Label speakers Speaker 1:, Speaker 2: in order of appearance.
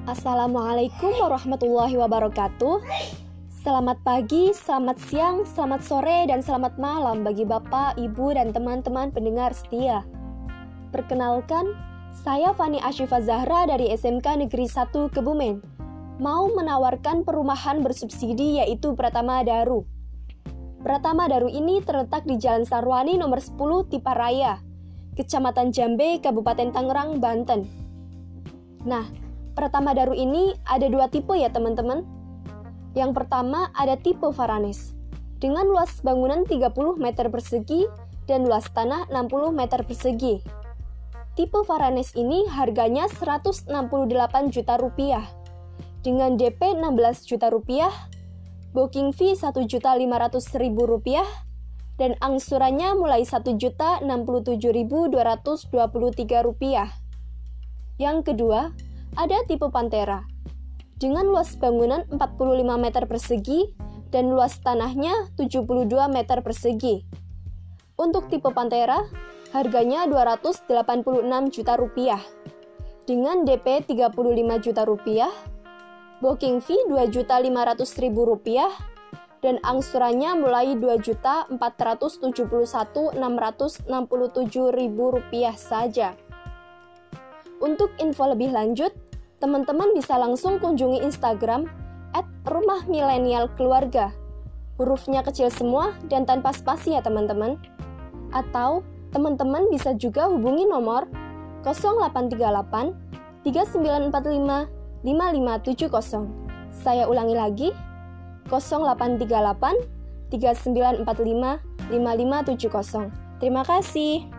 Speaker 1: Assalamualaikum warahmatullahi wabarakatuh. Selamat pagi, selamat siang, selamat sore, dan selamat malam bagi Bapak, Ibu, dan teman-teman pendengar setia. Perkenalkan, saya Fani Ashifa Zahra dari SMK Negeri 1 Kebumen. Mau menawarkan perumahan bersubsidi yaitu Pratama Daru. Pratama Daru ini terletak di Jalan Sarwani nomor 10 Tiparaya, Kecamatan Jambe, Kabupaten Tangerang, Banten. Nah, Pratama Daru ini ada dua tipe ya teman-teman. Yang pertama ada tipe Varanes dengan luas bangunan 30 meter persegi dan luas tanah 60 meter persegi. Tipe Varanes ini harganya 168 juta rupiah dengan DP 16 juta rupiah, booking fee 1.500.000 rupiah, dan angsurannya mulai 1.067.223 rupiah. Yang kedua, ada tipe Pantera dengan luas bangunan 45 meter persegi dan luas tanahnya 72 meter persegi. Untuk tipe Pantera, harganya 286 juta rupiah dengan DP 35 juta rupiah, booking fee 2.500.000 rupiah, dan angsurannya mulai 2.471.667 rupiah saja. Untuk info lebih lanjut, teman-teman bisa langsung kunjungi Instagram @rumahmilenialkeluarga. Hurufnya kecil semua dan tanpa spasi ya teman-teman. Atau teman-teman bisa juga hubungi nomor 0838 3945 5570. Saya ulangi lagi, 0838 3945 5570. Terima kasih.